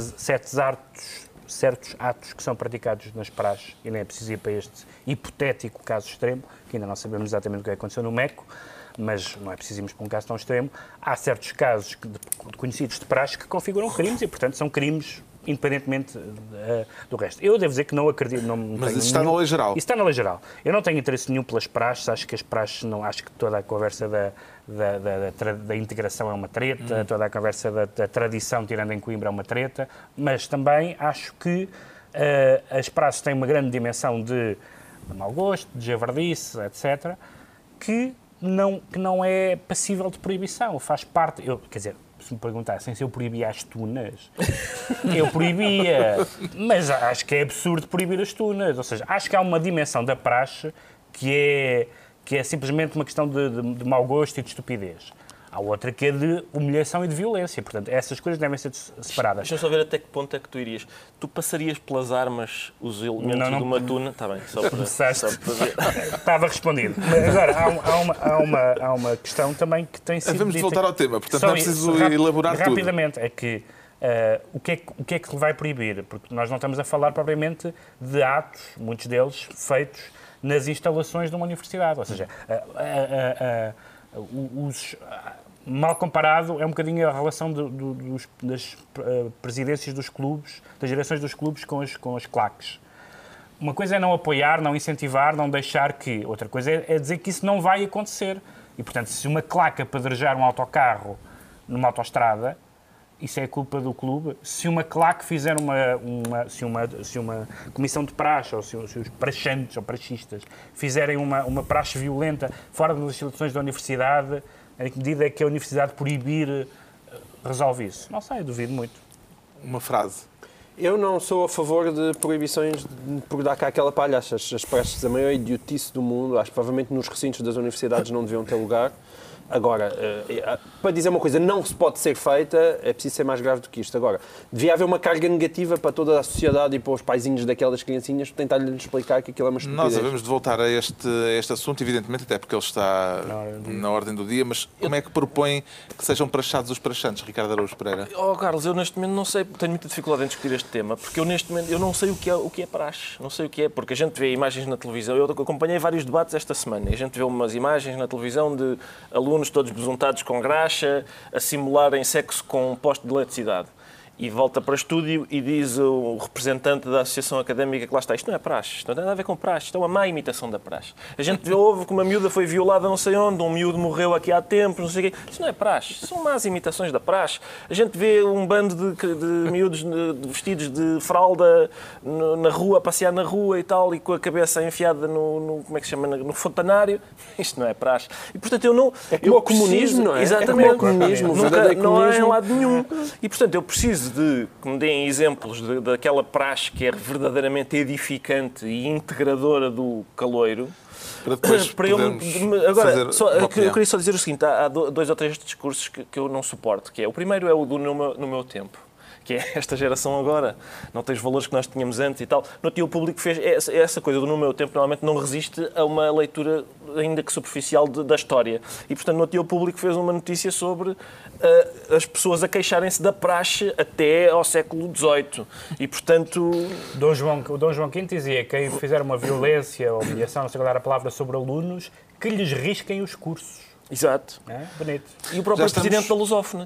atos que são praticados nas praxes, e nem é preciso ir para este hipotético caso extremo, que ainda não sabemos exatamente o que aconteceu no MECO, mas não é preciso irmos para um caso tão extremo. Há certos casos conhecidos de praxe que configuram crimes e, portanto, são crimes independentemente do resto. Eu devo dizer que não acredito... Mas isso está na lei geral. Isso está na lei geral. Eu não tenho interesse nenhum pelas praxes, acho que as praxes acho que toda a conversa da integração é uma treta, toda a conversa da tradição, tirando em Coimbra, é uma treta, mas também acho que as praxes têm uma grande dimensão de mau gosto, de javardice, etc., que não é passível de proibição, faz parte... Quer dizer, se me perguntassem se eu proibia as tunas, eu proibia, mas acho que é absurdo proibir as tunas, ou seja, acho que há uma dimensão da praxe que é simplesmente uma questão de mau gosto e de estupidez. Há outra que é de humilhação e de violência. Portanto, essas coisas devem ser separadas. Deixa-me só ver até que ponto é que tu irias. Tu passarias pelas armas os elementos de uma tuna? Está bem, só para ver. Estava respondido. Agora, há uma questão também que tem sido Vamos voltar ao tema, portanto não é preciso elaborar tudo. Rapidamente, é que o que é que vai proibir? Porque nós não estamos a falar propriamente de atos, muitos deles feitos nas instalações de uma universidade. Ou seja, mal comparado, é um bocadinho a relação das presidências dos clubes, das direções dos clubes com as claques. Uma coisa é não apoiar, não incentivar, não deixar que. Outra coisa é dizer que isso não vai acontecer. E, portanto, se uma claque apedrejar um autocarro numa autoestrada, isso é culpa do clube. Se uma claque fizer se uma comissão de praxe, ou se os praxantes ou praxistas fizerem uma praxe violenta fora das instalações da universidade, em que medida é que a universidade proibir resolve isso? Não sei, duvido muito. Uma frase. Eu não sou a favor de proibições por dar cá aquela palha. Acho as praxes a maior idiotice do mundo. Acho que provavelmente nos recintos das universidades não deviam ter lugar. Agora, para dizer uma coisa não se pode ser feita, é preciso ser mais grave do que isto. Agora, devia haver uma carga negativa para toda a sociedade e para os paizinhos daquelas criancinhas, tentar-lhes explicar que aquilo é uma estupidez. Nós devemos de voltar a este assunto, evidentemente, até porque ele está na ordem do dia, mas como é que propõem que sejam praxados os praxantes, Ricardo Araújo Pereira? Carlos, eu neste momento não sei, tenho muita dificuldade em discutir este tema, porque eu neste momento eu não sei o que é praxe, não sei o que é, porque a gente vê imagens na televisão, eu acompanhei vários debates esta semana, e a gente vê umas imagens na televisão de alunos todos besuntados com graxa, a simularem sexo com um poste de eletricidade. E volta para o estúdio e diz o representante da Associação Académica que lá está, isto não é praxe, isto não tem nada a ver com praxe, isto é uma má imitação da praxe. A gente ouve que uma miúda foi violada não sei onde, um miúdo morreu aqui há tempos, não sei o quê. Isto não é praxe, são más imitações da praxe. A gente vê um bando de miúdos vestidos de fralda na rua, a passear na rua e tal, e com a cabeça enfiada como é que se chama, no fontanário. Isto não é praxe. E portanto eu não... É como o comunismo, não é? Exatamente. É como o comunismo, não é em lado nenhum. E portanto eu preciso de que me deem exemplos daquela praxe que é verdadeiramente edificante e integradora do caloiro. Para eu agora, eu queria só dizer o seguinte, há 2 ou 3 discursos que eu não suporto, que é, o primeiro é o do no meu tempo, que é esta geração agora, não tem os valores que nós tínhamos antes e tal. No teu público fez essa coisa do no meu tempo, normalmente não resiste a uma leitura ainda que superficial da história. E, portanto, no teu público fez uma notícia sobre as pessoas a queixarem-se da praxe até ao século XVIII. E, portanto... O Dom João V dizia que quem fizer uma violência ou humilhação, não sei qual era a palavra, sobre alunos, que lhes risquem os cursos. Exato. É? Bonito. E o próprio presidente da Lusófona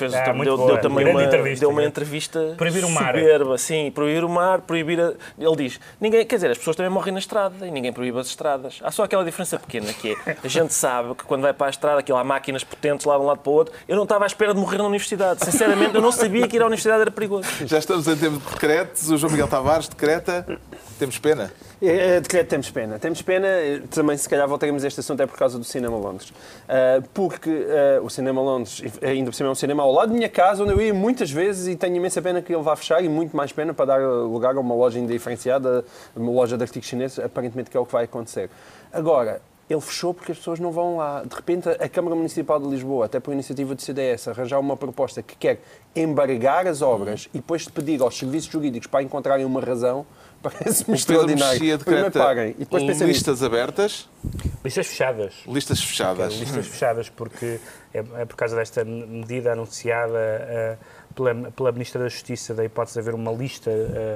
deu uma entrevista proibir o mar. Soberba, sim, proibir o mar, ele diz, quer dizer, as pessoas também morrem na estrada e ninguém proíbe as estradas. Há só aquela diferença pequena, que é, a gente sabe que quando vai para a estrada, há máquinas potentes lá de um lado para o outro, eu não estava à espera de morrer na universidade. Sinceramente, eu não sabia que ir à universidade era perigoso. Já estamos em tempo de decretos, o João Miguel Tavares decreta, temos pena. Decreto, temos pena. Temos pena, também se calhar voltaremos a este assunto é por causa do Cinema Londres. Porque o Cinema Londres, ainda por cima é um cinema ao lado da minha casa, onde eu ia muitas vezes e tenho imensa pena que ele vá fechar e muito mais pena para dar lugar a uma loja indiferenciada, uma loja de artigos chineses, aparentemente que é o que vai acontecer. Agora, ele fechou porque as pessoas não vão lá. De repente, a Câmara Municipal de Lisboa, até por iniciativa do CDS, arranjar uma proposta que quer embargar as obras e depois de pedir aos serviços jurídicos para encontrarem uma razão, parece-me extraordinário. Primeiro paguem e depois pensem listas abertas. Listas fechadas. Listas fechadas. Listas fechadas, porque é por causa desta medida anunciada pela Ministra da Justiça, da hipótese de haver uma lista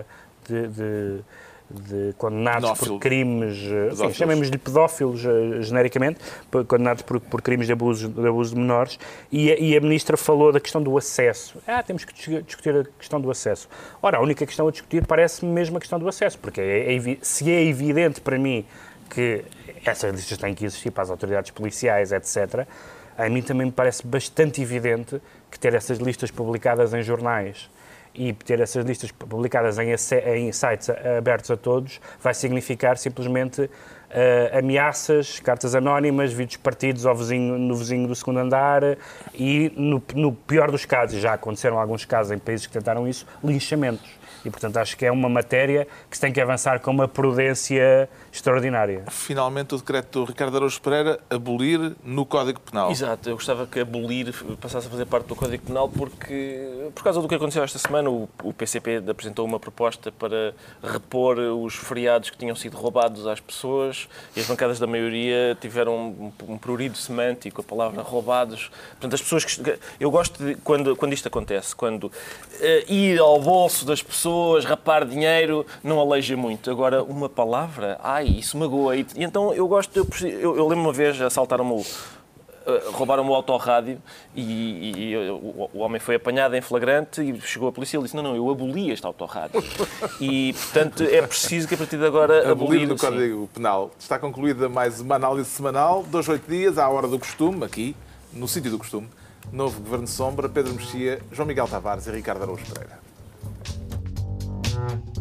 de condenados por crimes, chamemos-lhe pedófilos genericamente, condenados por crimes de abuso de menores, e a Ministra falou da questão do acesso. Temos que discutir a questão do acesso. Ora, a única questão a discutir parece-me mesmo a questão do acesso, porque se é evidente para mim que essas listas têm que existir para as autoridades policiais, etc., a mim também me parece bastante evidente que ter essas listas publicadas em jornais e ter essas listas publicadas em sites abertos a todos vai significar simplesmente ameaças, cartas anónimas, vídeos partidos no vizinho do segundo andar e, no pior dos casos, já aconteceram alguns casos em países que tentaram isso, linchamentos. E, portanto, acho que é uma matéria que se tem que avançar com uma prudência extraordinária. Finalmente, o decreto do Ricardo Araújo Pereira, abolir no Código Penal. Exato, eu gostava que abolir passasse a fazer parte do Código Penal porque por causa do que aconteceu esta semana, o PCP apresentou uma proposta para repor os feriados que tinham sido roubados às pessoas e as bancadas da maioria tiveram um prurido semântico, a palavra roubados. Portanto, as pessoas eu gosto de, quando isto acontece, quando ir ao bolso das pessoas, rapar dinheiro, não aleija muito. Agora, uma palavra, isso magoa. E então eu lembro uma vez, roubaram-me o autorrádio e o homem foi apanhado em flagrante e chegou a polícia e ele disse, não, eu aboli este autorrádio. E, portanto, é preciso que a partir de agora abolir no Código Penal. Está concluída mais uma análise semanal, 2 a 8 dias, à hora do costume, aqui, no sítio do costume. Novo Governo Sombra, Pedro Mexia, João Miguel Tavares e Ricardo Araújo Pereira.